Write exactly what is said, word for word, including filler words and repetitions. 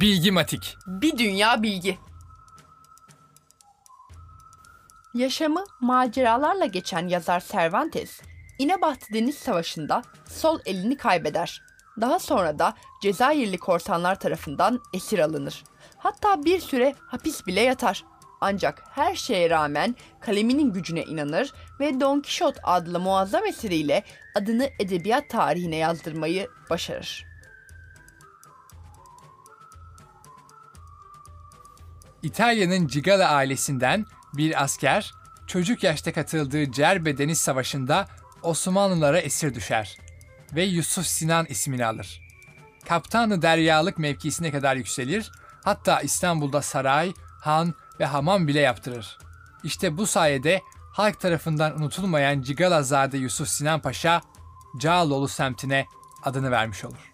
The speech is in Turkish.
Bilgimatik. Bir dünya bilgi. Yaşamı maceralarla geçen yazar Cervantes, İnebahtı Deniz Savaşı'nda sol elini kaybeder. Daha sonra da Cezayirli korsanlar tarafından esir alınır. Hatta bir süre hapis bile yatar. Ancak her şeye rağmen kaleminin gücüne inanır ve Don Kişot adlı muazzam eseriyle adını edebiyat tarihine yazdırmayı başarır. İtalya'nın Cigala ailesinden bir asker, çocuk yaşta katıldığı Cerbe Deniz Savaşı'nda Osmanlılara esir düşer ve Yusuf Sinan ismini alır. Kaptanı deryalık mevkisine kadar yükselir, hatta İstanbul'da saray, han ve hamam bile yaptırır. İşte bu sayede halk tarafından unutulmayan Cigalazade Yusuf Sinan Paşa, Cağaloğlu semtine adını vermiş olur.